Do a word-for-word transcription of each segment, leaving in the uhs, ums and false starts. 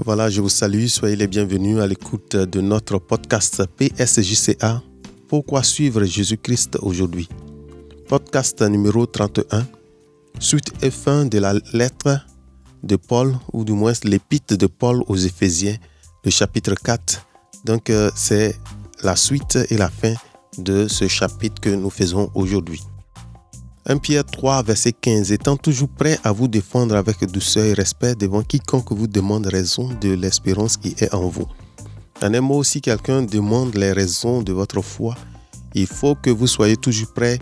Voilà, je vous salue, soyez les bienvenus à l'écoute de notre podcast P S J C A. Pourquoi suivre Jésus-Christ aujourd'hui? Podcast numéro trente et un, suite et fin de la lettre de Paul, ou du moins l'épître de Paul aux Éphésiens, le chapitre quatre. Donc, euh, c'est la suite et la fin de ce chapitre que nous faisons aujourd'hui. premier Pierre trois, verset quinze. Étant toujours prêt à vous défendre avec douceur et respect devant quiconque vous demande raison de l'espérance qui est en vous. En un mot, si quelqu'un demande les raisons de votre foi, il faut que vous soyez toujours prêts.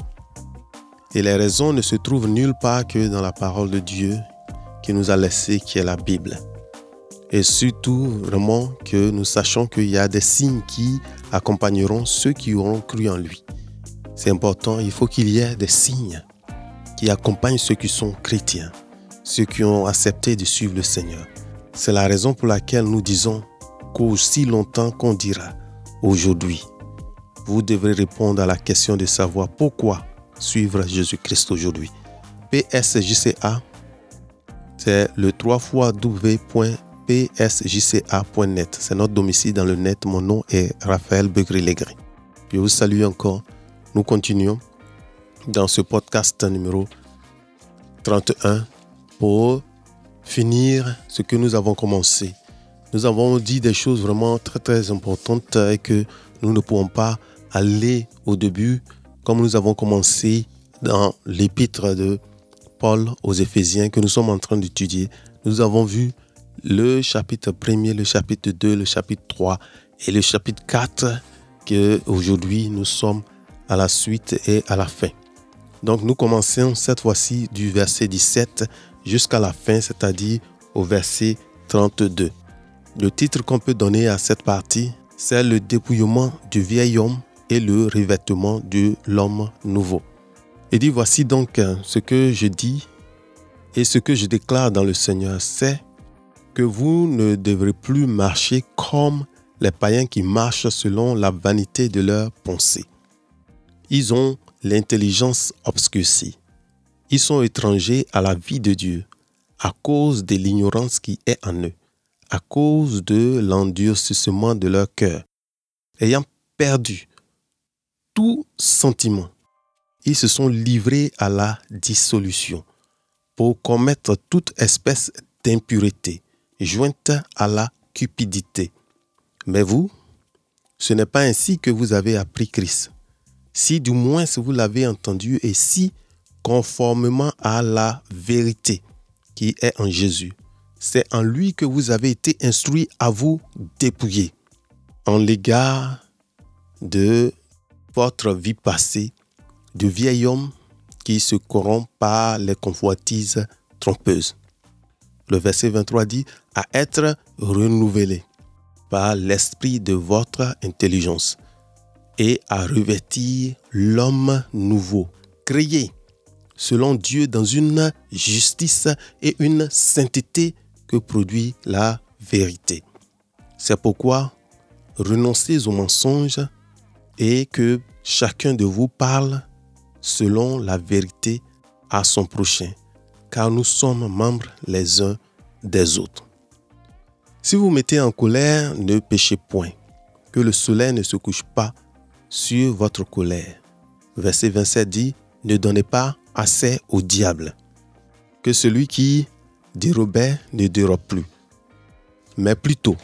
Et les raisons ne se trouvent nulle part que dans la parole de Dieu qui nous a laissé, qui est la Bible. Et surtout, vraiment, que nous sachions qu'il y a des signes qui accompagneront ceux qui auront cru en lui. C'est important, il faut qu'il y ait des signes qui accompagnent ceux qui sont chrétiens, ceux qui ont accepté de suivre le Seigneur. C'est la raison pour laquelle nous disons qu'aussi longtemps qu'on dira aujourd'hui, vous devrez répondre à la question de savoir pourquoi suivre Jésus-Christ aujourd'hui. P S J C A, c'est le trois fois w point p s j c a point net. C'est notre domicile dans le net. Mon nom est Raphaël Begré-Légré. Je vous salue encore. Nous continuons dans ce podcast numéro trente et un pour finir ce que nous avons commencé. Nous avons dit des choses vraiment très très importantes et que nous ne pouvons pas aller au début comme nous avons commencé dans l'épître de Paul aux Éphésiens que nous sommes en train d'étudier. Nous avons vu le chapitre premier, le chapitre deux, le chapitre trois et le chapitre quatre que aujourd'hui nous sommes à la suite et à la fin. Donc nous commençons cette fois-ci du verset dix-sept jusqu'à la fin, c'est-à-dire au verset trente-deux. Le titre qu'on peut donner à cette partie, c'est le dépouillement du vieil homme et le revêtement de l'homme nouveau. Il dit, voici donc ce que je dis et ce que je déclare dans le Seigneur, c'est que vous ne devrez plus marcher comme les païens qui marchent selon la vanité de leurs pensées. Ils ont l'intelligence obscurcie. Ils sont étrangers à la vie de Dieu à cause de l'ignorance qui est en eux, à cause de l'endurcissement de leur cœur. Ayant perdu tout sentiment, ils se sont livrés à la dissolution pour commettre toute espèce d'impureté jointe à la cupidité. Mais vous, ce n'est pas ainsi que vous avez appris Christ. Si du moins vous l'avez entendu et si, conformément à la vérité qui est en Jésus, c'est en lui que vous avez été instruits à vous dépouiller en l'égard de votre vie passée, de vieil homme qui se corrompt par les convoitises trompeuses. Le verset vingt-trois dit « à être renouvelé par l'esprit de votre intelligence et à revêtir l'homme nouveau, créé selon Dieu dans une justice et une sainteté que produit la vérité. » C'est pourquoi renoncez aux mensonges et que chacun de vous parle selon la vérité à son prochain, car nous sommes membres les uns des autres. Si vous mettez en colère, ne péchez point, que le soleil ne se couche pas sur votre colère. Verset vingt-sept dit, ne donnez pas assez au diable, que celui qui dérobait ne dérobe plus, mais plutôt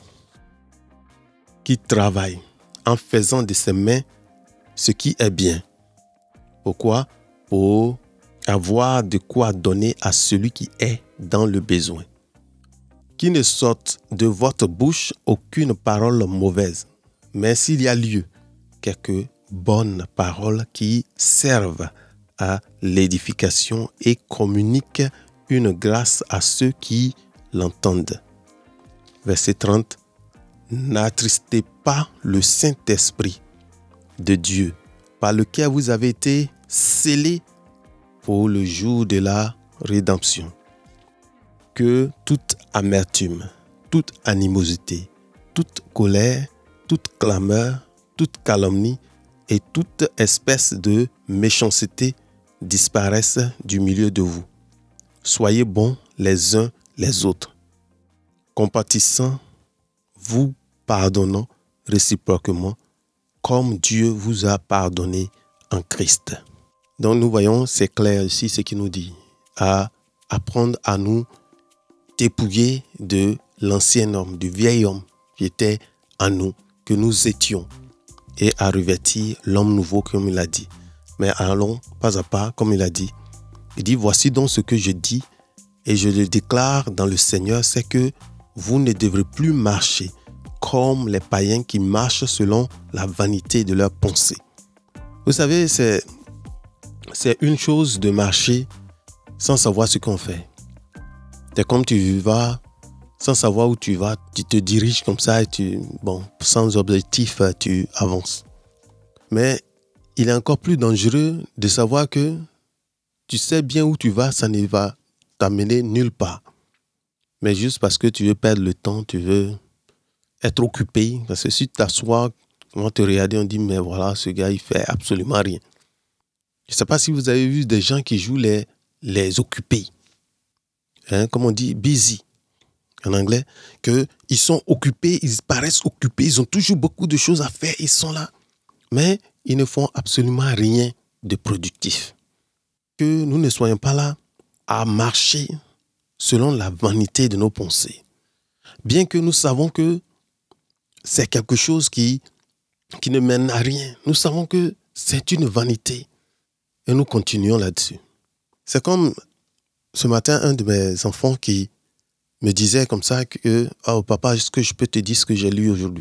qui travaille en faisant de ses mains ce qui est bien. Pourquoi? Pour avoir de quoi donner à celui qui est dans le besoin. Qu'il ne sorte de votre bouche aucune parole mauvaise, mais s'il y a lieu, quelques bonnes paroles qui servent à l'édification et communiquent une grâce à ceux qui l'entendent. Verset trente. N'attristez pas le Saint-Esprit de Dieu, par lequel vous avez été scellés pour le jour de la rédemption. Que toute amertume, toute animosité, toute colère, toute clameur, toute calomnie et toute espèce de méchanceté disparaissent du milieu de vous. Soyez bons les uns les autres, compatissants vous pardonnant réciproquement, comme Dieu vous a pardonné en Christ. Donc nous voyons, c'est clair ici ce qu'il nous dit, à apprendre à nous dépouiller de l'ancien homme, du vieil homme qui était en nous, que nous étions, et à revêtir l'homme nouveau comme il a dit. Mais allons pas à pas, comme il a dit. Il dit, voici donc ce que je dis, et je le déclare dans le Seigneur, c'est que vous ne devrez plus marcher comme les païens qui marchent selon la vanité de leurs pensées. Vous savez, c'est, c'est une chose de marcher sans savoir ce qu'on fait. C'est comme tu vas sans savoir où tu vas, tu te diriges comme ça et tu, bon, sans objectif, tu avances. Mais il est encore plus dangereux de savoir que tu sais bien où tu vas, ça ne va t'amener nulle part. Mais juste parce que tu veux perdre le temps, tu veux être occupé. Parce que si tu t'assois, on va te regarder, on dit, mais voilà, ce gars, il fait absolument rien. Je ne sais pas si vous avez vu des gens qui jouent les, les occupés. Hein, comme on dit, busy en anglais, qu'ils sont occupés, ils paraissent occupés, ils ont toujours beaucoup de choses à faire, ils sont là. Mais ils ne font absolument rien de productif. Que nous ne soyons pas là à marcher selon la vanité de nos pensées. Bien que nous savons que c'est quelque chose qui, qui ne mène à rien. Nous savons que c'est une vanité. Et nous continuons là-dessus. C'est comme ce matin, un de mes enfants qui me disait comme ça que « Oh papa, est-ce que je peux te dire ce que j'ai lu aujourd'hui ?»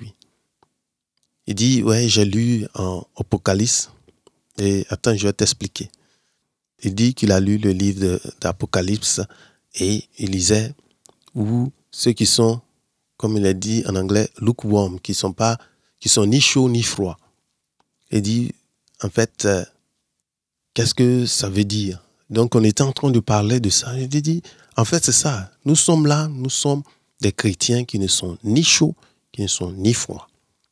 Il dit « Ouais, j'ai lu en Apocalypse. » Et attends, je vais t'expliquer. Il dit qu'il a lu le livre de, d'Apocalypse et il lisait où ceux qui sont, comme il a dit en anglais, lukewarm, qui sont pas, qui sont ni chauds ni froids. Il dit, en fait, euh, qu'est-ce que ça veut dire? Donc, on était en train de parler de ça. Il dit, en fait, c'est ça. Nous sommes là, nous sommes des chrétiens qui ne sont ni chauds, qui ne sont ni froids.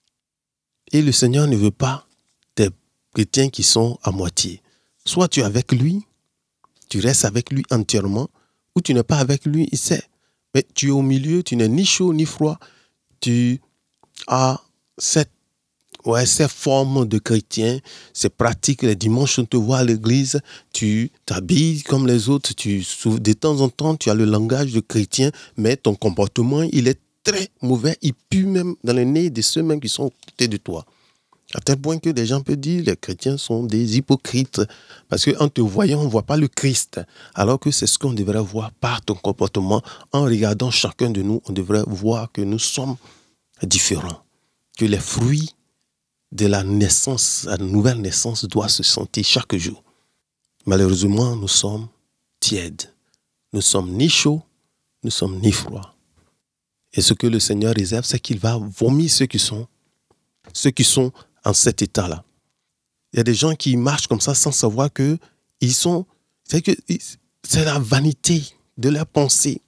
Et le Seigneur ne veut pas des chrétiens qui sont à moitié. Soit tu es avec lui, tu restes avec lui entièrement, ou tu n'es pas avec lui, il sait. Mais tu es au milieu, tu n'es ni chaud ni froid. Tu as cette, ouais, cette forme de chrétien, ces pratiques. Les dimanches, on te voit à l'église, tu t'habilles comme les autres. Tu, de temps en temps, tu as le langage de chrétien, mais ton comportement, il est très mauvais. Il pue même dans le nez de ceux mêmes qui sont à côté de toi. À tel point que des gens peuvent dire que les chrétiens sont des hypocrites. Parce qu'en te voyant, on ne voit pas le Christ. Alors que c'est ce qu'on devrait voir par ton comportement. En regardant chacun de nous, on devrait voir que nous sommes différents. Que les fruits de la naissance, la nouvelle naissance doivent se sentir chaque jour. Malheureusement, nous sommes tièdes. Nous sommes ni chauds, nous sommes ni froids. Et ce que le Seigneur réserve, c'est qu'il va vomir ceux qui sont, ceux qui sont en cet état-là. Il y a des gens qui marchent comme ça sans savoir que ils sont, c'est que c'est la vanité de leur pensée.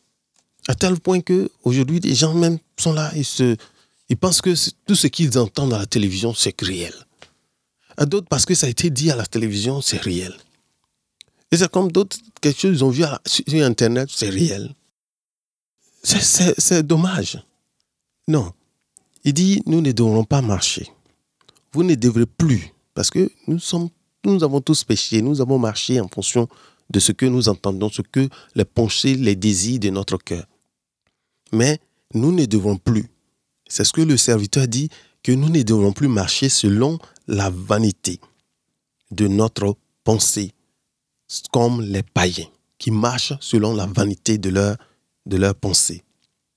À tel point que aujourd'hui, des gens même sont là, ils se, ils pensent que tout ce qu'ils entendent dans la télévision, c'est réel. À d'autres, parce que ça a été dit à la télévision, c'est réel. Et c'est comme d'autres, quelque chose qu'ils ont vu à, sur Internet, c'est réel. C'est, c'est, c'est dommage. Non. Il dit, nous ne devrons pas marcher. Vous ne devrez plus, parce que nous sommes, nous avons tous péché, nous avons marché en fonction de ce que nous entendons, ce que les pensées, les désirs de notre cœur. Mais nous ne devons plus. C'est ce que le serviteur dit, que nous ne devons plus marcher selon la vanité de notre pensée, comme les païens qui marchent selon la vanité de leur, de leur pensée.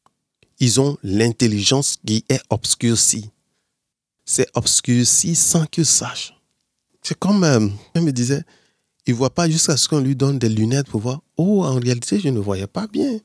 Ils ont l'intelligence qui est obscurcie. C'est obscurci sans qu'ils sachent. C'est comme, euh, il me disait, il ne voit pas jusqu'à ce qu'on lui donne des lunettes pour voir. Oh, en réalité, je ne voyais pas bien.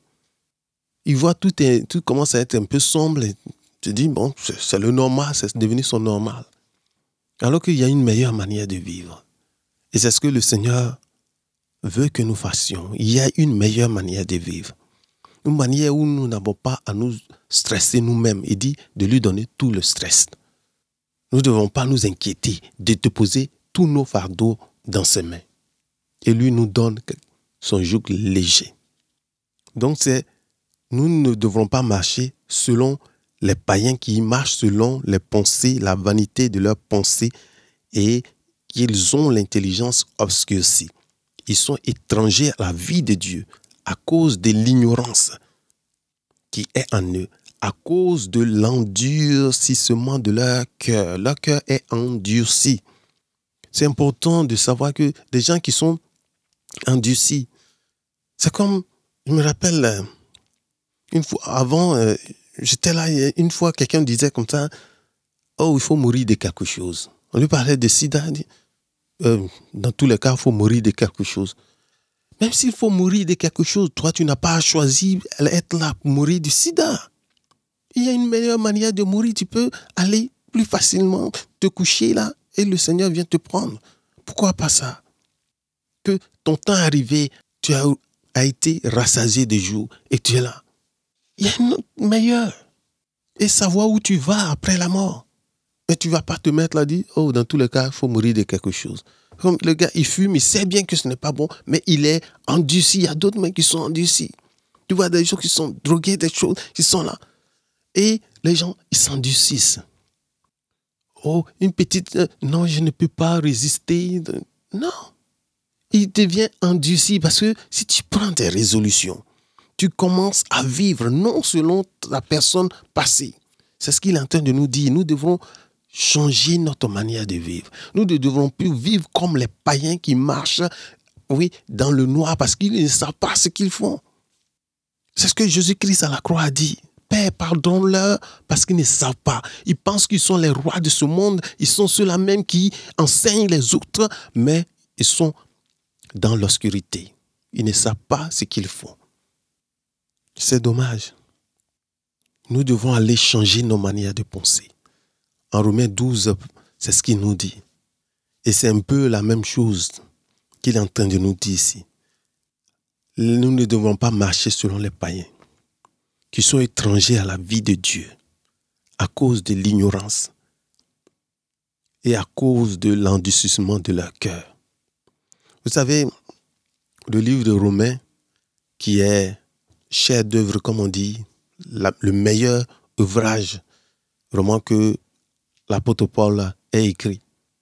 Il voit tout, est, tout commence à être un peu sombre. Et tu dis, bon, c'est, c'est le normal, c'est devenu son normal. Alors qu'il y a une meilleure manière de vivre. Et c'est ce que le Seigneur veut que nous fassions. Il y a une meilleure manière de vivre. Une manière où nous n'avons pas à nous stresser nous-mêmes. Il dit de lui donner tout le stress. Nous ne devons pas nous inquiéter de déposer tous nos fardeaux dans ses mains. Et lui nous donne son joug léger. Donc, c'est, nous ne devrons pas marcher selon les païens qui marchent selon les pensées, la vanité de leurs pensées et qu'ils ont l'intelligence obscurcie. Ils sont étrangers à la vie de Dieu à cause de l'ignorance qui est en eux, à cause de l'endurcissement de leur cœur. Leur cœur est endurci. C'est important de savoir que des gens qui sont endurcis, c'est comme, je me rappelle, une fois avant, euh, j'étais là, une fois quelqu'un disait comme ça, oh, il faut mourir de quelque chose. On lui parlait de sida, dit, euh, dans tous les cas, il faut mourir de quelque chose. Même s'il faut mourir de quelque chose, toi, tu n'as pas choisi d'être là pour mourir du sida. Il y a une meilleure manière de mourir. Tu peux aller plus facilement, te coucher là, et le Seigneur vient te prendre. Pourquoi pas ça? Que ton temps arrivé, tu as, as été rassasié de jours et tu es là. Il y a une autre meilleure. Et savoir où tu vas après la mort. Mais tu ne vas pas te mettre là, dire, oh, dans tous les cas, il faut mourir de quelque chose. Comme le gars, il fume, il sait bien que ce n'est pas bon, mais il est endurci. Il y a d'autres mecs qui sont endurcis. Tu vois des gens qui sont drogués, des choses qui sont là. Et les gens, ils s'endurcissent. Oh, une petite, euh, non, je ne peux pas résister. Non. Il devient endurci parce que si tu prends des résolutions, tu commences à vivre non selon la personne passée. C'est ce qu'il est en train de nous dire. Nous devrons changer notre manière de vivre. Nous ne devrons plus vivre comme les païens qui marchent, oui, dans le noir parce qu'ils ne savent pas ce qu'ils font. C'est ce que Jésus-Christ à la croix a dit. Père, pardonne-leur parce qu'ils ne savent pas. Ils pensent qu'ils sont les rois de ce monde. Ils sont ceux-là même qui enseignent les autres, mais ils sont dans l'obscurité. Ils ne savent pas ce qu'ils font. C'est dommage. Nous devons aller changer nos manières de penser. En Romains douze, c'est ce qu'il nous dit. Et c'est un peu la même chose qu'il est en train de nous dire ici. Nous ne devons pas marcher selon les païens qui sont étrangers à la vie de Dieu à cause de l'ignorance et à cause de l'endurcissement de leur cœur. Vous savez, le livre de Romains, qui est chef-d'œuvre, comme on dit, la, le meilleur ouvrage vraiment que l'apôtre Paul a écrit.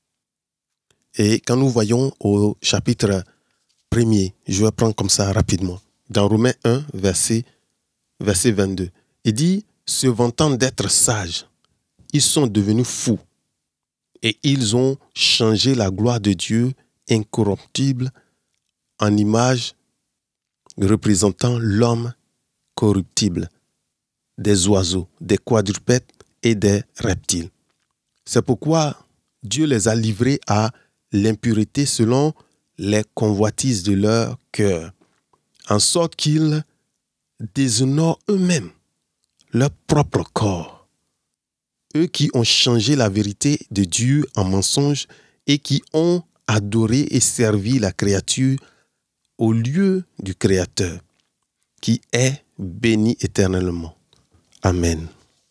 Et quand nous voyons au chapitre premier, je vais prendre comme ça rapidement, dans Romains un, verset, verset vingt-deux, il dit, se vantant d'être sages, ils sont devenus fous et ils ont changé la gloire de Dieu incorruptible en image représentant l'homme corruptible, des oiseaux, des quadrupèdes et des reptiles. C'est pourquoi Dieu les a livrés à l'impureté selon les convoitises de leur cœur, en sorte qu'ils déshonorent eux-mêmes leur propre corps. Eux qui ont changé la vérité de Dieu en mensonge et qui ont adoré et servi la créature au lieu du Créateur, qui est béni éternellement. Amen.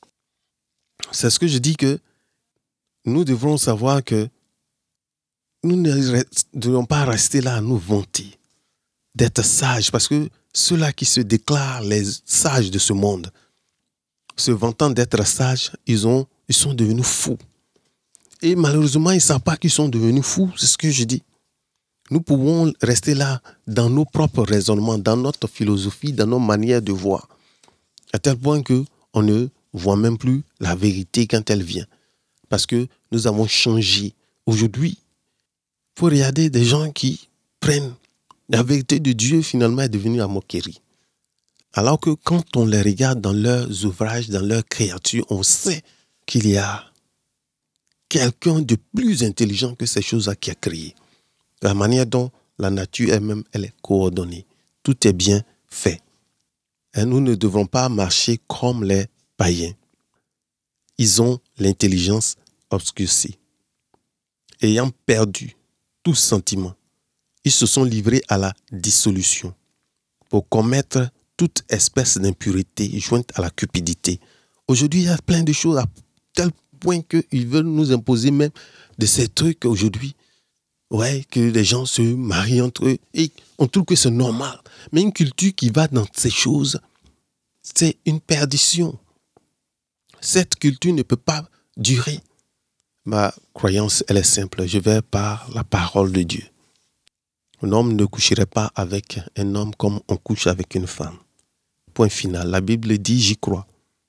C'est ce que je dis que nous devrons savoir que nous ne devons pas rester là à nous vanter d'être sages, parce que ceux-là qui se déclarent les sages de ce monde, se vantant d'être sages, ils, ont, ils sont devenus fous. Et malheureusement, ils ne savent pas qu'ils sont devenus fous, c'est ce que je dis. Nous pouvons rester là dans nos propres raisonnements, dans notre philosophie, dans nos manières de voir, à tel point qu'on ne voit même plus la vérité quand elle vient. Parce que nous avons changé. Aujourd'hui, il faut regarder des gens qui prennent la vérité de Dieu, finalement, est devenue la moquerie. Alors que quand on les regarde dans leurs ouvrages, dans leurs créatures, on sait qu'il y a quelqu'un de plus intelligent que ces choses-là qui a créé. La manière dont la nature elle-même, elle est coordonnée. Tout est bien fait. Et nous ne devons pas marcher comme les païens. Ils ont l'intelligence obscurcie. Ayant perdu tout sentiment, ils se sont livrés à la dissolution pour commettre toute espèce d'impureté jointe à la cupidité. Aujourd'hui, il y a plein de choses à tel point qu'ils veulent nous imposer même de ces trucs aujourd'hui. Ouais, que les gens se marient entre eux et on trouve que c'est normal. Mais une culture qui va dans ces choses, c'est une perdition. cette culture ne peut pas durer. Ma croyance, elle est simple. Je vais par la parole de Dieu. Un homme ne coucherait pas avec un homme comme on couche avec une femme. Point final. La Bible dit, j'y crois.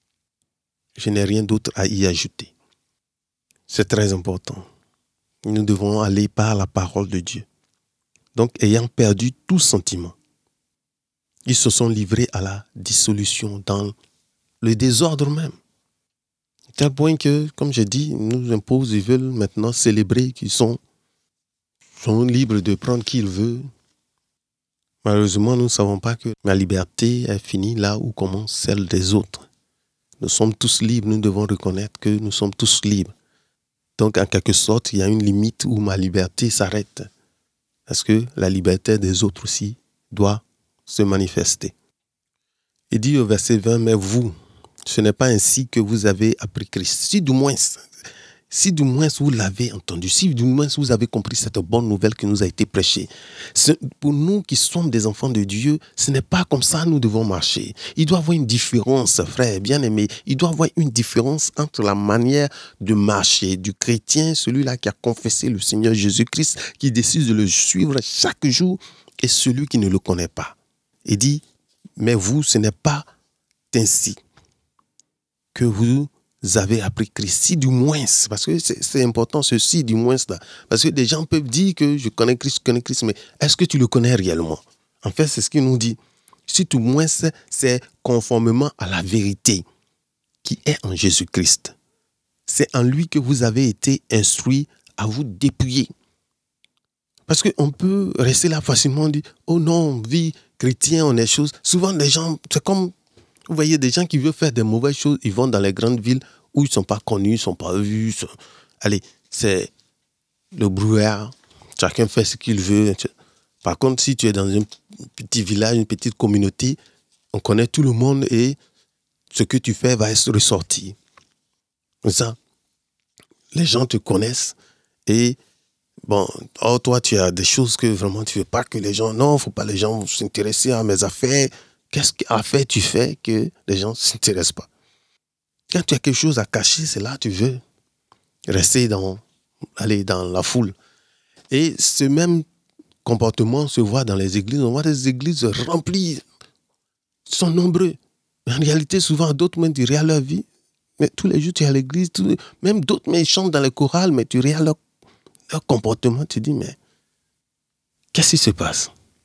Je n'ai rien d'autre à y ajouter. C'est très important. Nous devons aller par la parole de Dieu. Donc, ayant perdu tout sentiment, ils se sont livrés à la dissolution dans le désordre même. À tel point que, comme j'ai dit, ils nous imposent, ils veulent maintenant célébrer qu'ils sont, sont libres de prendre qui ils veulent. Malheureusement, nous ne savons pas que la liberté est finie là où commence celle des autres. Nous sommes tous libres, nous devons reconnaître que nous sommes tous libres. Donc, en quelque sorte, il y a une limite où ma liberté s'arrête. Parce que la liberté des autres aussi doit se manifester. Il dit au verset vingt, mais vous, ce n'est pas ainsi que vous avez appris Christ. Si du moins, si du moins vous l'avez entendu, si du moins vous avez compris cette bonne nouvelle qui nous a été prêchée, pour nous qui sommes des enfants de Dieu, ce n'est pas comme ça que nous devons marcher. Il doit y avoir une différence, frère, bien-aimé. Il doit y avoir une différence entre la manière de marcher du chrétien, celui-là qui a confessé le Seigneur Jésus-Christ, qui décide de le suivre chaque jour, et celui qui ne le connaît pas. Il dit, mais vous, ce n'est pas ainsi que vous avez appris Christ. Si du moins, parce que c'est, c'est important ceci, du moins là. Parce que des gens peuvent dire que je connais Christ, je connais Christ, mais est-ce que tu le connais réellement? En fait, c'est ce qu'il nous dit. Si du moins, c'est conformément à la vérité qui est en Jésus-Christ. C'est en lui que vous avez été instruits à vous dépouiller. Parce qu'on peut rester là facilement et dire, oh non, vie chrétien, on est chose. Souvent, les gens, c'est comme, vous voyez, des gens qui veulent faire des mauvaises choses, ils vont dans les grandes villes où ils ne sont pas connus, ils ne sont pas vus. Sont... Allez, c'est le brouillard, chacun fait ce qu'il veut. Par contre, si tu es dans un petit village, une petite communauté, on connaît tout le monde et ce que tu fais va être ressorti. Ça, les gens te connaissent et bon, oh, toi, tu as des choses que vraiment tu ne veux pas que les gens... Non, il ne faut pas que les gens s'intéressent à mes affaires. Qu'est-ce qu'affaire tu fais que les gens ne s'intéressent pas? Quand tu as quelque chose à cacher, c'est là que tu veux rester dans, aller dans la foule. Et ce même comportement se voit dans les églises. On voit des églises remplies. Ils sont nombreux. En réalité, souvent, d'autres même, tu regardes leur vie. Mais tous les jours, tu es à l'église. Tous... Même d'autres, mais ils chantent dans les chorales, mais tu regardes leur leur comportement, tu dis, mais qu'est-ce qui se passe?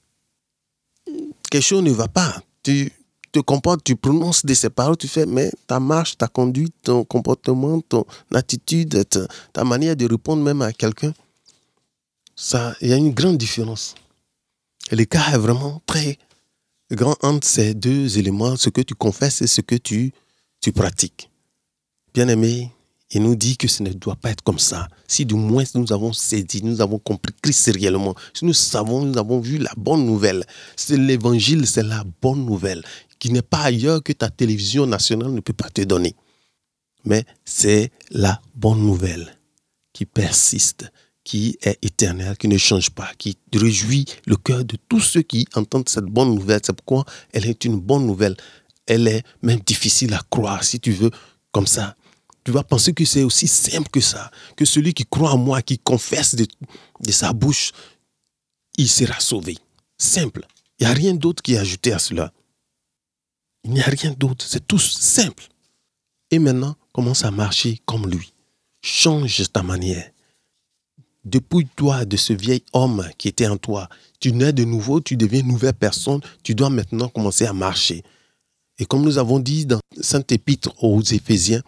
Quelque chose ne va pas. Tu te comportes, tu prononces de ces paroles, tu fais, mais ta marche, ta conduite, ton comportement, ton attitude, ta, ta manière de répondre même à quelqu'un, ça, il y a une grande différence. Et l'écart est vraiment très grand entre ces deux éléments, ce que tu confesses et ce que tu, tu pratiques. Bien-aimé, il nous dit que ce ne doit pas être comme ça. Si du moins nous avons saisi, nous avons compris Christ réellement, si nous savons, nous avons vu la bonne nouvelle, c'est l'évangile, c'est la bonne nouvelle, qui n'est pas ailleurs que ta télévision nationale ne peut pas te donner. Mais c'est la bonne nouvelle qui persiste, qui est éternelle, qui ne change pas, qui réjouit le cœur de tous ceux qui entendent cette bonne nouvelle. C'est pourquoi elle est une bonne nouvelle. Elle est même difficile à croire, si tu veux, comme ça. Tu vas penser que c'est aussi simple que ça, que celui qui croit en moi, qui confesse de, de sa bouche, il sera sauvé. Simple. Il n'y a rien d'autre qui est ajouté à cela. Il n'y a rien d'autre. C'est tout simple. Et maintenant, commence à marcher comme lui. Change ta manière. Dépouille-toi de ce vieil homme qui était en toi. Tu nais de nouveau, tu deviens une nouvelle personne. Tu dois maintenant commencer à marcher. Et comme nous avons dit dans Sainte Épître aux Éphésiens,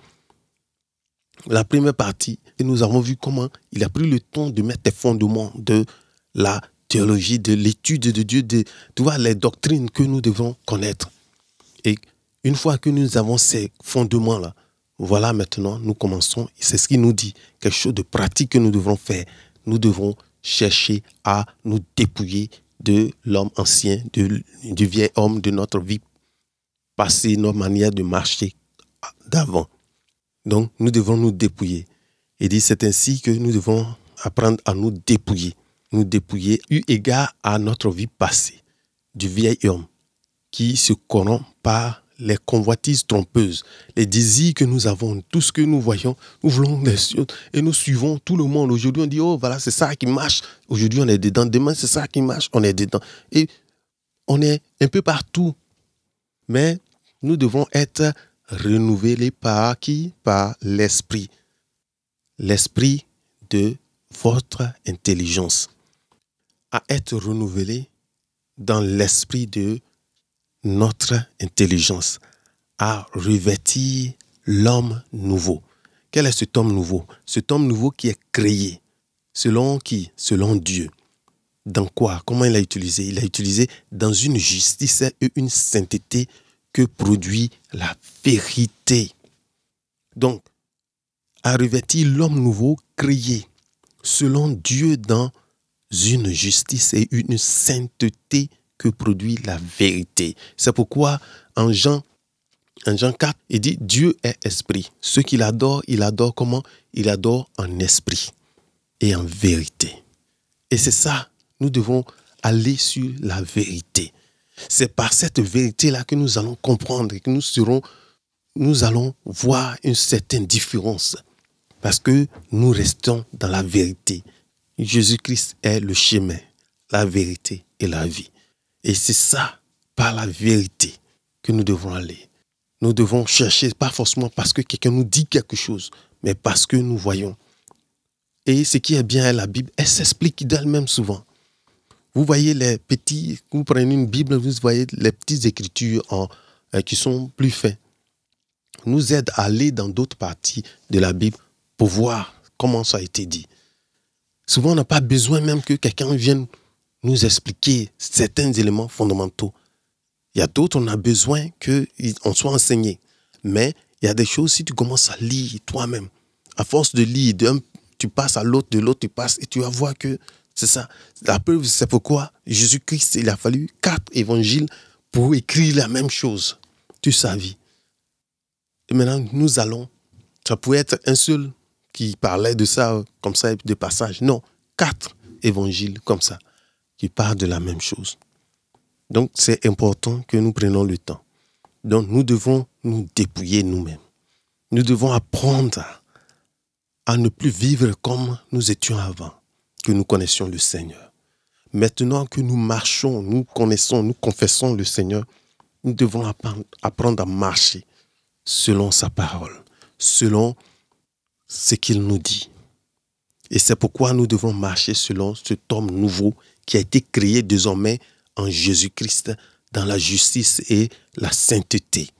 la première partie, et nous avons vu comment il a pris le temps de mettre les fondements de la théologie, de l'étude de Dieu, de tu vois, les doctrines que nous devons connaître. Et une fois que nous avons ces fondements-là, voilà maintenant, nous commençons, c'est ce qu'il nous dit, quelque chose de pratique que nous devrons faire. Nous devons chercher à nous dépouiller de l'homme ancien, de, du vieil homme de notre vie passée, notre manière de marcher d'avant. Donc, nous devons nous dépouiller. Il dit, c'est ainsi que nous devons apprendre à nous dépouiller. Nous dépouiller eu égard à notre vie passée, du vieil homme qui se corrompt par les convoitises trompeuses, les désirs que nous avons, tout ce que nous voyons, nous voulons des choses et nous suivons tout le monde. Aujourd'hui, on dit, oh, voilà, c'est ça qui marche. Aujourd'hui, on est dedans. Demain, c'est ça qui marche. On est dedans. Et on est un peu partout. Mais nous devons être renouvelés par qui? Par l'esprit. L'esprit de votre intelligence. À être renouvelé dans l'esprit de notre intelligence, à revêtir l'homme nouveau. Quel est cet homme nouveau? Cet homme nouveau qui est créé. Selon qui? Selon Dieu. Dans quoi? Comment il a utilisé? Il a utilisé dans une justice et une sainteté que produit la vérité. Donc, à revêtir l'homme nouveau créé selon Dieu dans une justice et une sainteté que produit la vérité. C'est pourquoi en Jean, en Jean quatre, il dit Dieu est esprit. Ceux qui l'adorent, il adore comment? Il adore en esprit et en vérité. Et c'est ça, nous devons aller sur la vérité. C'est par cette vérité-là que nous allons comprendre et que nous serons, nous allons voir une certaine différence. Parce que nous restons dans la vérité. Jésus-Christ est le chemin, la vérité et la vie. Et c'est ça, par la vérité, que nous devons aller. Nous devons chercher, pas forcément parce que quelqu'un nous dit quelque chose, mais parce que nous voyons. Et ce qui est bien à la Bible, elle s'explique d'elle-même souvent. Vous voyez les petits, vous prenez une Bible, vous voyez les petites écritures en, euh, qui sont plus fines. Nous aident à aller dans d'autres parties de la Bible pour voir comment ça a été dit. Souvent, on n'a pas besoin même que quelqu'un vienne nous expliquer certains éléments fondamentaux. Il y a d'autres, on a besoin qu'on soit enseigné. Mais il y a des choses, si tu commences à lire toi-même, à force de lire, d'un, tu passes à l'autre, de l'autre, tu passes, et tu vas voir que c'est ça. La preuve, c'est pourquoi Jésus-Christ, il a fallu quatre évangiles pour écrire la même chose sur sa vie. Et maintenant, nous allons, ça pouvait être un seul qui parlait de ça, comme ça, de passage. Non, quatre évangiles comme ça, qui parlent de la même chose. Donc, c'est important que nous prenions le temps. Donc, nous devons nous dépouiller nous-mêmes. Nous devons apprendre à, à ne plus vivre comme nous étions avant, que nous connaissions le Seigneur. Maintenant que nous marchons, nous connaissons, nous confessons le Seigneur, nous devons apprendre, apprendre à marcher selon sa parole, selon ce qu'il nous dit. Et c'est pourquoi nous devons marcher selon cet homme nouveau qui a été créé désormais en Jésus-Christ dans la justice et la sainteté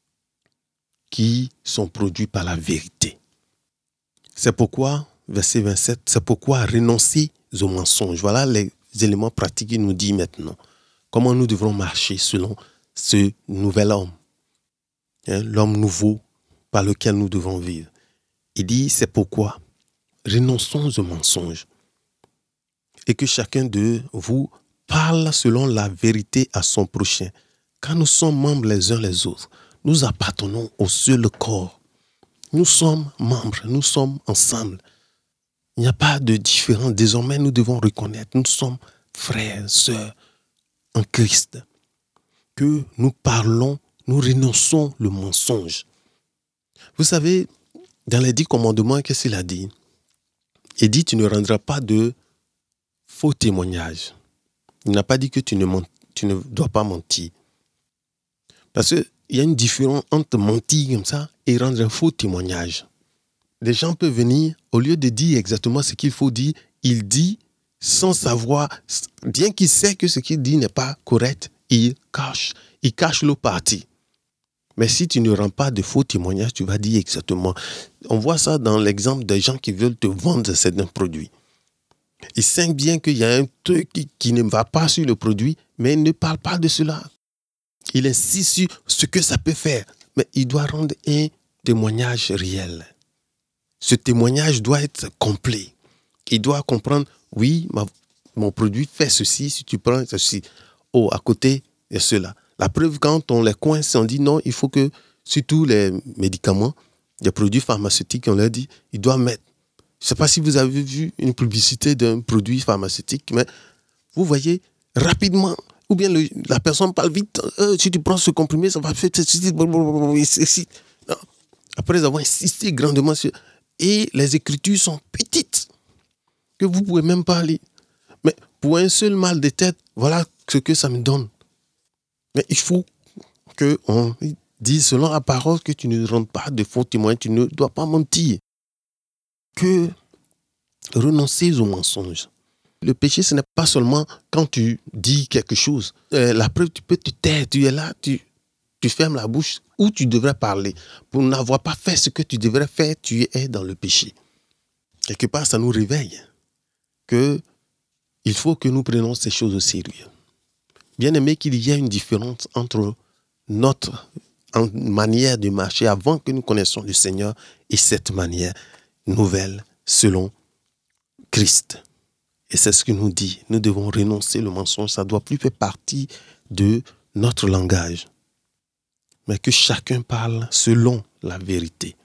qui sont produits par la vérité. C'est pourquoi, verset vingt-sept, c'est pourquoi renoncer aux mensonges. Voilà les éléments pratiques qu'il nous dit maintenant. Comment nous devons marcher selon ce nouvel homme, hein, l'homme nouveau par lequel nous devons vivre. Il dit, c'est pourquoi renonçons aux mensonges et que chacun de vous parle selon la vérité à son prochain. Quand nous sommes membres les uns les autres, nous appartenons au seul corps. Nous sommes membres, nous sommes ensemble. Il n'y a pas de différence. Désormais, nous devons reconnaître, nous sommes frères, sœurs en Christ. Que nous parlons, nous renonçons le mensonge. Vous savez, dans les dix commandements, qu'est-ce qu'il a dit? Il dit, tu ne rendras pas de faux témoignages. Il n'a pas dit que tu ne, ment, tu ne dois pas mentir. Parce qu'il y a une différence entre mentir comme ça et rendre un faux témoignage. Les gens peuvent venir, au lieu de dire exactement ce qu'il faut dire, il dit sans savoir, bien qu'il sait que ce qu'il dit n'est pas correct, il cache, il cache l'autre partie. Mais si tu ne rends pas de faux témoignages, tu vas dire exactement. On voit ça dans l'exemple des gens qui veulent te vendre certains produits. Ils savent bien qu'il y a un truc qui, qui ne va pas sur le produit, mais il ne parle pas de cela. Il insiste sur ce que ça peut faire, mais il doit rendre un témoignage réel. Ce témoignage doit être complet. Il doit comprendre, oui, ma, mon produit fait ceci, si tu prends ceci. Oh, à côté, il y a cela. La preuve, quand on les coince, on dit non, il faut que, surtout les médicaments, les produits pharmaceutiques, on leur dit, ils doivent mettre. Je ne sais pas si vous avez vu une publicité d'un produit pharmaceutique, mais vous voyez, rapidement, Ou bien le, la personne parle vite, euh, si tu prends ce comprimé, ça va faire... Après avoir insisté grandement sur... Et les écritures sont petites, que vous ne pouvez même pas lire. Mais pour un seul mal de tête, voilà ce que ça me donne. Mais il faut qu'on dise selon la parole que tu ne rends pas de faux témoins, tu ne dois pas mentir. Que renoncer aux mensonges. Le péché, ce n'est pas seulement quand tu dis quelque chose. Euh, la preuve, tu peux te taire, tu es là, tu, tu fermes la bouche où tu devrais parler. Pour n'avoir pas fait ce que tu devrais faire, tu es dans le péché. Quelque part, ça nous réveille que il faut que nous prenions ces choses au sérieux. Bien aimé, qu'il y ait une différence entre notre manière de marcher avant que nous connaissions le Seigneur et cette manière nouvelle selon Christ. Et c'est ce qu'il nous dit. Nous devons renoncer le mensonge. Ça ne doit plus faire partie de notre langage. Mais que chacun parle selon la vérité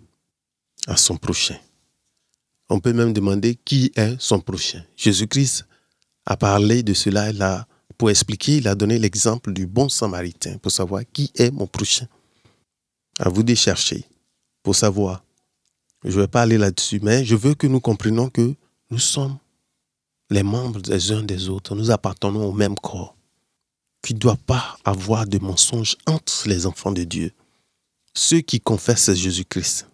à son prochain. On peut même demander qui est son prochain. Jésus-Christ a parlé de cela. Il a, pour expliquer, il a donné l'exemple du bon samaritain pour savoir qui est mon prochain. À vous de chercher pour savoir. Je ne vais pas aller là-dessus, mais je veux que nous comprenions que nous sommes les membres des uns des autres. Nous appartenons au même corps. Qu'il ne doit pas avoir de mensonges entre les enfants de Dieu. Ceux qui confessent Jésus-Christ.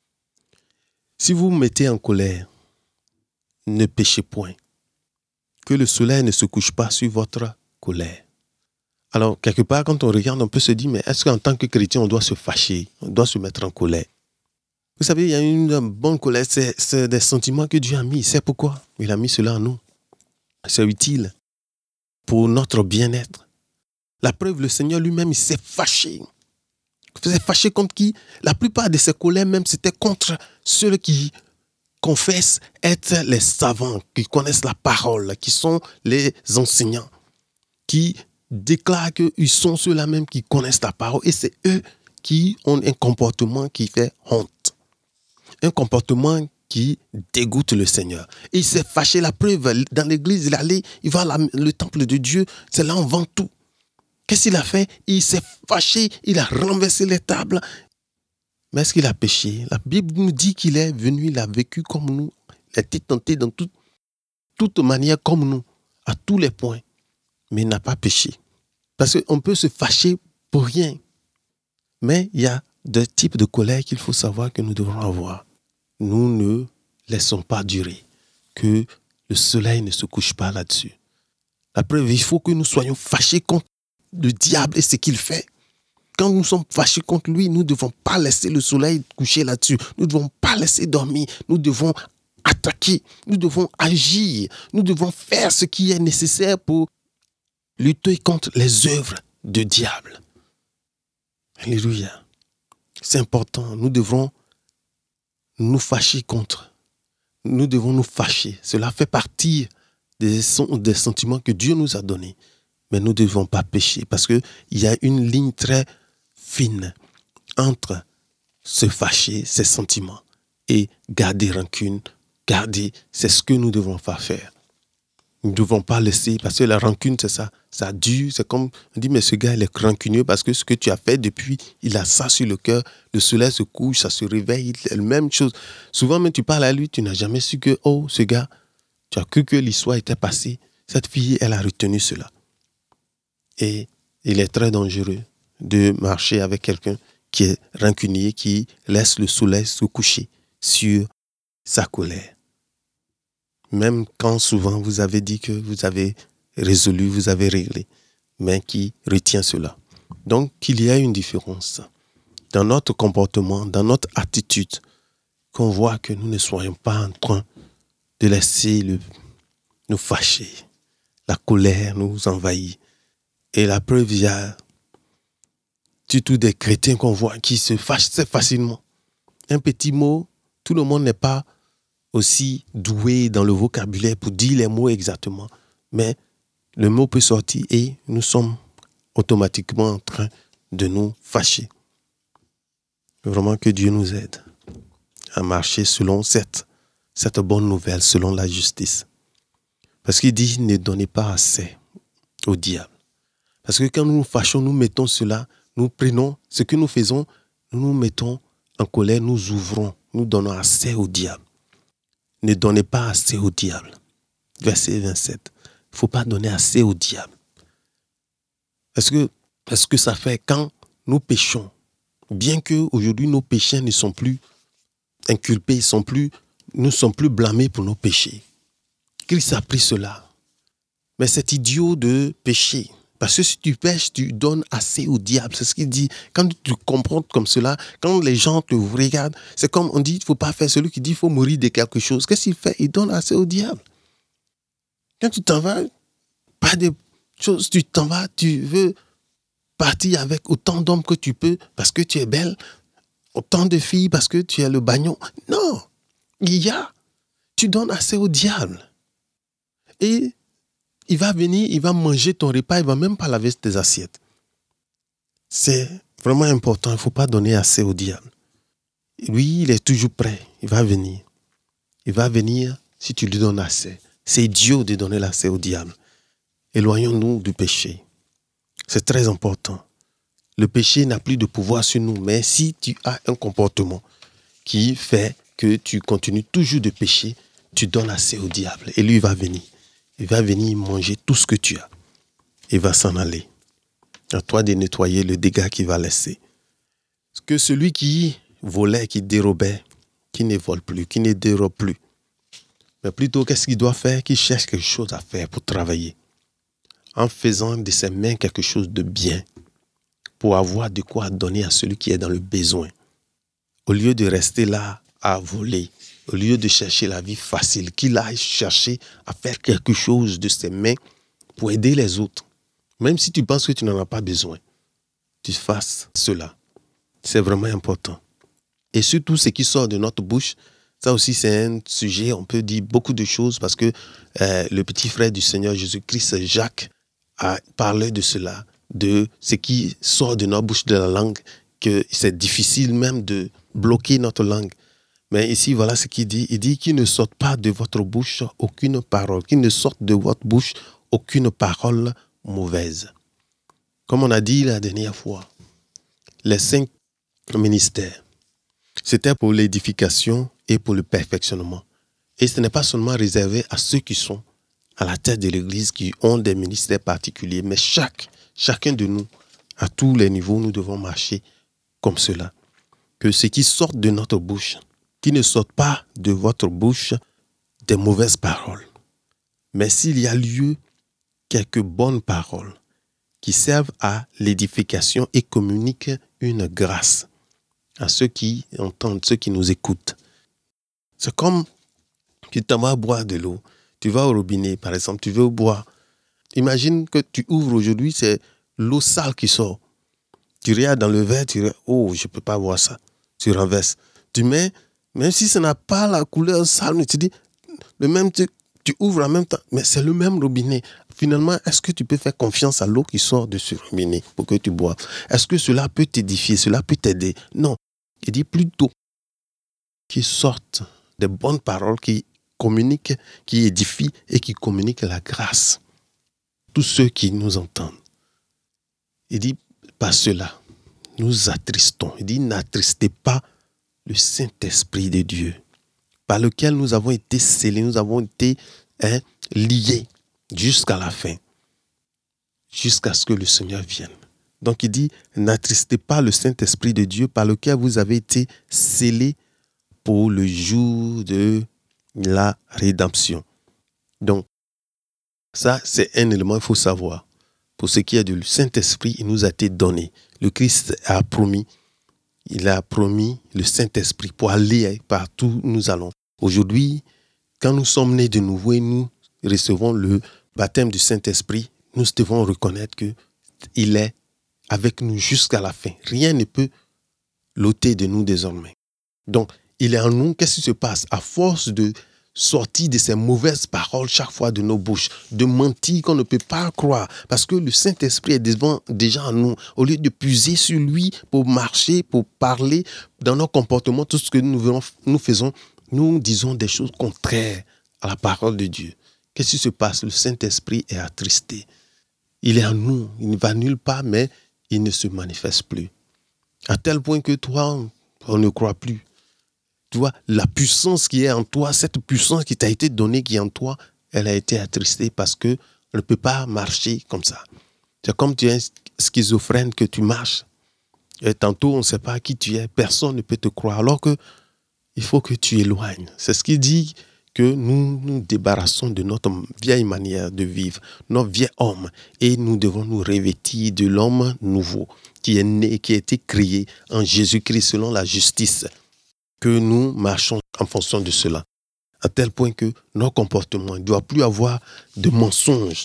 Si vous vous mettez en colère, ne péchez point. Que le soleil ne se couche pas sur votre colère. Alors, quelque part, quand on regarde, on peut se dire, mais est-ce qu'en tant que chrétien, on doit se fâcher, on doit se mettre en colère? Vous savez, il y a une bonne colère, c'est, c'est des sentiments que Dieu a mis. C'est pourquoi il a mis cela en nous. C'est utile pour notre bien-être. La preuve, le Seigneur lui-même, il s'est fâché. Il s'est fâché contre qui? La plupart de ses colères, même, c'était contre ceux qui confessent être les savants, qui connaissent la parole, qui sont les enseignants, qui déclarent qu'ils sont ceux-là même qui connaissent la parole. Et c'est eux qui ont un comportement qui fait honte. Un comportement qui dégoûte le Seigneur. Et il s'est fâché. La preuve, dans l'église, il allait, il va à le temple de Dieu, c'est là on vend tout. Qu'est-ce qu'il a fait? Il s'est fâché, il a renversé les tables. Mais est-ce qu'il a péché? La Bible nous dit qu'il est venu, il a vécu comme nous, il a été tenté dans toute, toute manière comme nous, à tous les points. Mais il n'a pas péché. Parce qu'on peut se fâcher pour rien. Mais il y a deux types de colère qu'il faut savoir que nous devons avoir. Nous ne laissons pas durer, que le soleil ne se couche pas là-dessus. La preuve, il faut que nous soyons fâchés contre le diable et ce qu'il fait. Quand nous sommes fâchés contre lui, nous ne devons pas laisser le soleil coucher là-dessus. Nous ne devons pas laisser dormir. Nous devons attaquer. Nous devons agir. Nous devons faire ce qui est nécessaire pour lutter contre les œuvres du diable. Alléluia. C'est important. Nous devons nous fâcher contre. Nous devons nous fâcher. Cela fait partie des, des sentiments que Dieu nous a donnés. Mais nous ne devons pas pécher parce qu'il y a une ligne très fine entre se fâcher, ses sentiments, et garder rancune, garder, c'est ce que nous devons pas faire. Nous ne devons pas laisser, parce que la rancune, c'est ça, ça dure, c'est comme, on dit, mais ce gars, il est rancunieux parce que ce que tu as fait depuis, il a ça sur le cœur, le soleil se couche, ça se réveille, c'est la même chose. Souvent, même tu parles à lui, tu n'as jamais su que, oh, ce gars, tu as cru que l'histoire était passée, cette fille, elle a retenu cela. Et il est très dangereux de marcher avec quelqu'un qui est rancunier, qui laisse le soleil se coucher sur sa colère. Même quand souvent vous avez dit que vous avez résolu, vous avez réglé, mais qui retient cela. Donc, qu'il y ait une différence dans notre comportement, dans notre attitude, qu'on voit que nous ne soyons pas en train de laisser le, nous fâcher. La colère nous envahit. Et la preuve, il y a surtout des chrétiens qu'on voit qui se fâchent très facilement. Un petit mot, tout le monde n'est pas aussi doué dans le vocabulaire pour dire les mots exactement. Mais le mot peut sortir et nous sommes automatiquement en train de nous fâcher. Vraiment que Dieu nous aide à marcher selon cette, cette bonne nouvelle, selon la justice. Parce qu'il dit, ne donnez pas assez au diable. Parce que quand nous nous fâchons, nous mettons cela, nous prenons ce que nous faisons, nous nous mettons en colère, nous ouvrons, nous donnons assez au diable. Ne donnez pas assez au diable. Verset vingt-sept. Il ne faut pas donner assez au diable. Est-ce que, est-ce que ça fait quand nous péchons, bien qu'aujourd'hui nos péchés ne sont plus inculpés, sont plus, nous ne sommes plus blâmés pour nos péchés. Christ a pris cela. Mais c'est idiot de pécher. Parce que si tu pêches, tu donnes assez au diable. C'est ce qu'il dit. Quand tu te comportes comme cela, quand les gens te regardent, c'est comme on dit, il ne faut pas faire. Celui qui dit qu'il faut mourir de quelque chose. Qu'est-ce qu'il fait? Il donne assez au diable. Quand tu t'en vas, pas de choses, tu t'en vas, tu veux partir avec autant d'hommes que tu peux parce que tu es belle, autant de filles parce que tu es le bagnon. Non, il y a, tu donnes assez au diable. Et il va venir, il va manger ton repas, il ne va même pas laver tes assiettes. C'est vraiment important, il ne faut pas donner assez au diable. Lui, il est toujours prêt, il va venir. Il va venir si tu lui donnes assez. C'est idiot de donner l'accès au diable. Éloignons-nous du péché. C'est très important. Le péché n'a plus de pouvoir sur nous, mais si tu as un comportement qui fait que tu continues toujours de pécher, tu donnes assez au diable. Et lui, il va venir. Il va venir manger tout ce que tu as. Il va s'en aller. À toi de nettoyer le dégât qu'il va laisser. Parce que celui qui volait, qui dérobait, qui ne vole plus, qui ne dérobe plus, mais plutôt, qu'est-ce qu'il doit faire? Qu'il cherche quelque chose à faire pour travailler. En faisant de ses mains quelque chose de bien, pour avoir de quoi donner à celui qui est dans le besoin. Au lieu de rester là à voler, au lieu de chercher la vie facile, qu'il aille chercher à faire quelque chose de ses mains pour aider les autres. Même si tu penses que tu n'en as pas besoin, tu fasses cela. C'est vraiment important. Et surtout, ce qui sort de notre bouche, ça aussi, c'est un sujet, on peut dire beaucoup de choses parce que euh, le petit frère du Seigneur Jésus-Christ, Jacques, a parlé de cela, de ce qui sort de notre bouche, de la langue, que c'est difficile même de bloquer notre langue. Mais ici, voilà ce qu'il dit. Il dit qu'il ne sorte pas de votre bouche aucune parole, qu'il ne sorte de votre bouche aucune parole mauvaise. Comme on a dit la dernière fois, les cinq ministères, c'était pour l'édification et pour le perfectionnement. Et ce n'est pas seulement réservé à ceux qui sont à la tête de l'Église, qui ont des ministères particuliers, mais chaque, chacun de nous, à tous les niveaux, nous devons marcher comme cela. Que ce qui sort de notre bouche, qui ne sorte pas de votre bouche des mauvaises paroles. Mais s'il y a lieu, quelques bonnes paroles qui servent à l'édification et communiquent une grâce à ceux qui entendent, ceux qui nous écoutent. C'est comme tu t'en vas boire de l'eau. Tu vas au robinet, par exemple, tu veux boire. Imagine que tu ouvres aujourd'hui, c'est l'eau sale qui sort. Tu regardes dans le verre, tu regardes, oh, je ne peux pas boire ça. Tu renverses. Tu mets, même si ça n'a pas la couleur sale, mais tu dis, le même, tu, tu ouvres en même temps, mais c'est le même robinet. Finalement, est-ce que tu peux faire confiance à l'eau qui sort de ce robinet pour que tu boives? Est-ce que cela peut t'édifier, cela peut t'aider? Non. Il dit plutôt qu'il sorte des bonnes paroles qui communiquent, qui édifient et qui communiquent la grâce. Tous ceux qui nous entendent. Il dit, pas cela, nous attristons. Il dit, n'attristez pas le Saint-Esprit de Dieu, par lequel nous avons été scellés, nous avons été hein, liés jusqu'à la fin, jusqu'à ce que le Seigneur vienne. Donc il dit, n'attristez pas le Saint-Esprit de Dieu, par lequel vous avez été scellés pour le jour de la rédemption. Donc, ça, c'est un élément qu'il faut savoir. Pour ce qui est du Saint-Esprit, il nous a été donné. Le Christ a promis, il a promis le Saint-Esprit pour aller partout où nous allons. Aujourd'hui, quand nous sommes nés de nouveau et nous recevons le baptême du Saint-Esprit, nous devons reconnaître qu'il est avec nous jusqu'à la fin. Rien ne peut l'ôter de nous désormais. Donc, il est en nous. Qu'est-ce qui se passe? À force de sortir de ces mauvaises paroles chaque fois de nos bouches, de mentir qu'on ne peut pas croire, parce que le Saint-Esprit est devant, déjà en nous. Au lieu de puiser sur lui pour marcher, pour parler dans nos comportements, tout ce que nous, nous faisons, nous disons des choses contraires à la parole de Dieu. Qu'est-ce qui se passe? Le Saint-Esprit est attristé. Il est en nous, il ne va nulle part, mais il ne se manifeste plus. À tel point que toi, on ne croit plus. Tu vois, la puissance qui est en toi, cette puissance qui t'a été donnée, qui est en toi, elle a été attristée parce qu'on ne peut pas marcher comme ça. C'est comme tu es schizophrène que tu marches. Et tantôt, on ne sait pas qui tu es. Personne ne peut te croire. Alors que il faut que tu éloignes. C'est ce qui dit que nous nous débarrassons de notre vieille manière de vivre, notre vieil homme. Et nous devons nous revêtir de l'homme nouveau qui est né, qui a été créé en Jésus-Christ selon la justice. Que nous marchons en fonction de cela. À tel point que nos comportements ne doivent plus avoir de mensonges.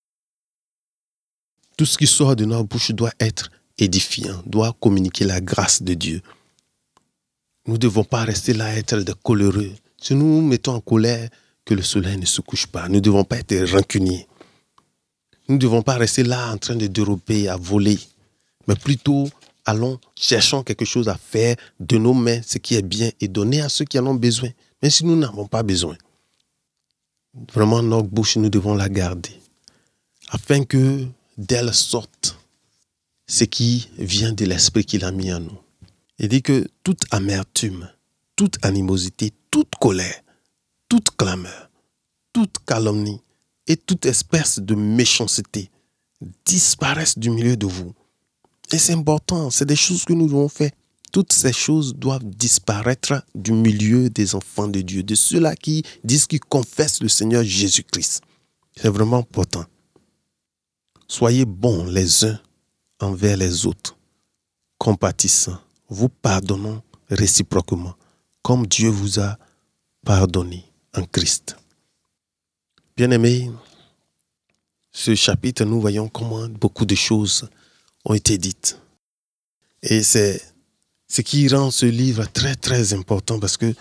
Tout ce qui sort de notre bouche doit être édifiant, doit communiquer la grâce de Dieu. Nous ne devons pas rester là à être des coléreux. Si nous nous mettons en colère, que le soleil ne se couche pas. Nous ne devons pas être rancuniers. Nous ne devons pas rester là en train de dérober, à voler. Mais plutôt, allons, cherchons quelque chose à faire de nos mains, ce qui est bien, et donner à ceux qui en ont besoin. Même si nous n'avons pas besoin. Vraiment, notre bouche, nous devons la garder. Afin que d'elle sorte ce qui vient de l'esprit qu'il a mis en nous. Il dit que toute amertume, toute animosité, toute colère, toute clameur, toute calomnie et toute espèce de méchanceté disparaissent du milieu de vous. Et c'est important, c'est des choses que nous devons faire. Toutes ces choses doivent disparaître du milieu des enfants de Dieu, de ceux-là qui disent qu'ils confessent le Seigneur Jésus-Christ. C'est vraiment important. Soyez bons les uns envers les autres, compatissants, vous pardonnant réciproquement, comme Dieu vous a pardonné en Christ. Bien-aimés, ce chapitre, nous voyons comment beaucoup de choses ont été dites. Et c'est ce qui rend ce livre très, très important parce que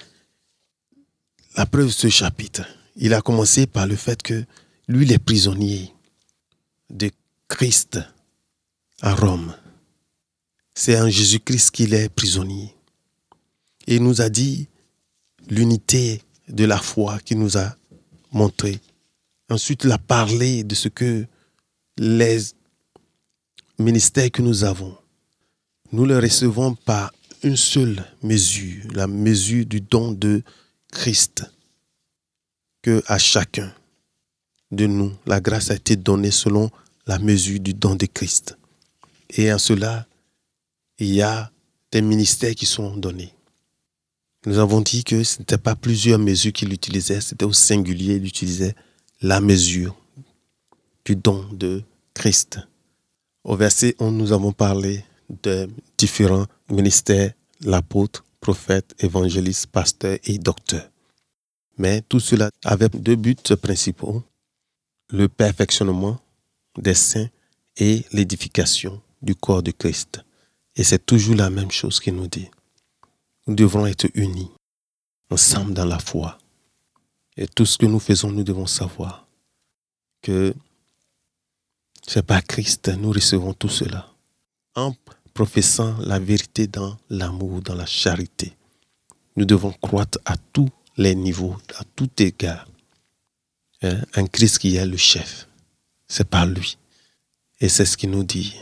la preuve de ce chapitre, il a commencé par le fait que lui, il est prisonnier de Christ à Rome. C'est en Jésus-Christ qu'il est prisonnier. Et il nous a dit l'unité de la foi qu'il nous a montré. Ensuite, il a parlé de ce que les ministères que nous avons, nous les recevons par une seule mesure, la mesure du don de Christ. Que à chacun de nous, la grâce a été donnée selon la mesure du don de Christ. Et en cela, il y a des ministères qui sont donnés. Nous avons dit que ce n'était pas plusieurs mesures qu'il utilisait, c'était au singulier, il utilisait la mesure du don de Christ. Au verset onze, nous avons parlé de différents ministères, l'apôtre, prophète, évangéliste, pasteur et docteur. Mais tout cela avait deux buts principaux, le perfectionnement des saints et l'édification du corps de Christ. Et c'est toujours la même chose qu'il nous dit. Nous devrons être unis, ensemble dans la foi. Et tout ce que nous faisons, nous devons savoir que c'est par Christ nous recevons tout cela. En professant la vérité dans l'amour, dans la charité, nous devons croître à tous les niveaux, à tout égard. Hein? Un Christ qui est le chef, c'est par lui. Et c'est ce qu'il nous dit.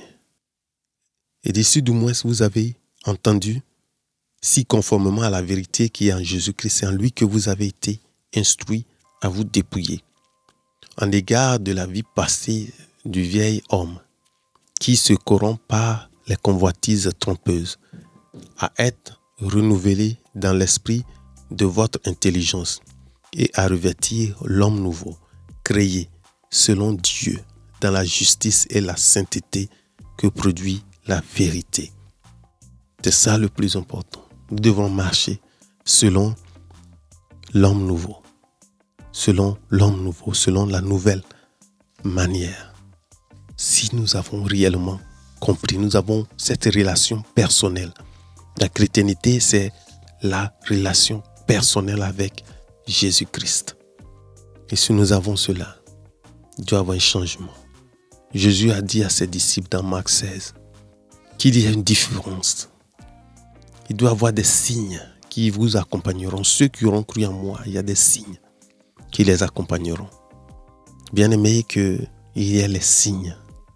Et d'ici du moins vous avez entendu, si conformément à la vérité qui est en Jésus-Christ, c'est en lui que vous avez été instruits à vous dépouiller. En égard de la vie passée du vieil homme, qui se corrompt par les convoitises trompeuses, à être renouvelé dans l'esprit de votre intelligence et à revêtir l'homme nouveau, créé selon Dieu, dans la justice et la sainteté que produit la vérité. C'est ça le plus important. Nous devons marcher selon l'homme nouveau, selon l'homme nouveau, selon la nouvelle manière. Si nous avons réellement compris, nous avons cette relation personnelle. La chrétienté, c'est la relation personnelle avec Jésus-Christ. Et si nous avons cela, il doit y avoir un changement. Jésus a dit à ses disciples dans Marc seize qu'il y a une différence. Il doit y avoir des signes qui vous accompagneront. Ceux qui auront cru en moi, il y a des signes qui les accompagneront. Bien aimé, qu'il y ait les signes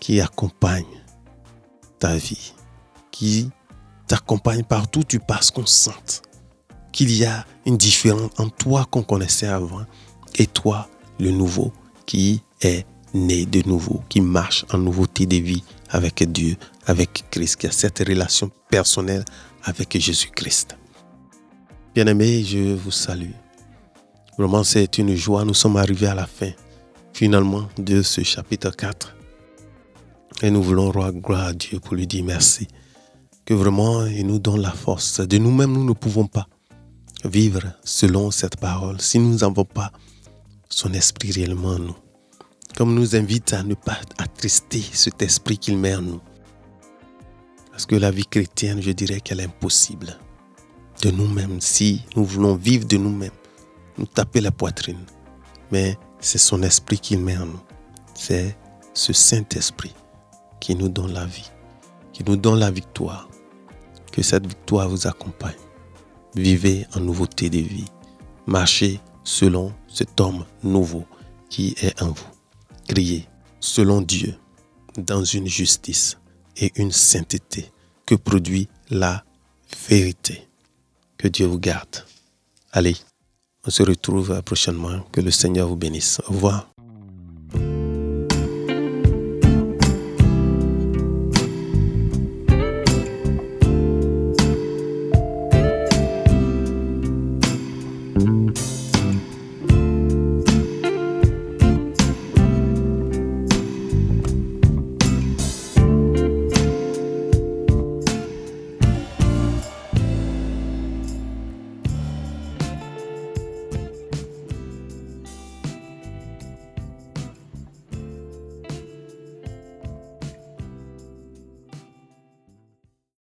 qui accompagne ta vie, qui t'accompagne partout où tu passes, qu'on sente qu'il y a une différence entre toi qu'on connaissait avant et toi, le nouveau, qui est né de nouveau, qui marche en nouveauté de vie avec Dieu, avec Christ, qui a cette relation personnelle avec Jésus-Christ. Bien-aimés, je vous salue. Vraiment, c'est une joie. Nous sommes arrivés à la fin, finalement, de ce chapitre quatre. Et nous voulons rendre gloire à Dieu pour lui dire merci. Que vraiment, il nous donne la force. De nous-mêmes, nous ne pouvons pas vivre selon cette parole si nous n'avons pas son esprit réellement en nous. Comme nous invite à ne pas attrister cet esprit qu'il met en nous. Parce que la vie chrétienne, je dirais qu'elle est impossible. De nous-mêmes, si nous voulons vivre de nous-mêmes, nous taper la poitrine. Mais c'est son esprit qu'il met en nous. C'est ce Saint-Esprit qui nous donne la vie, qui nous donne la victoire. Que cette victoire vous accompagne. Vivez en nouveauté de vie. Marchez selon cet homme nouveau qui est en vous. Criez selon Dieu dans une justice et une sainteté que produit la vérité. Que Dieu vous garde. Allez, on se retrouve prochainement. Que le Seigneur vous bénisse. Au revoir.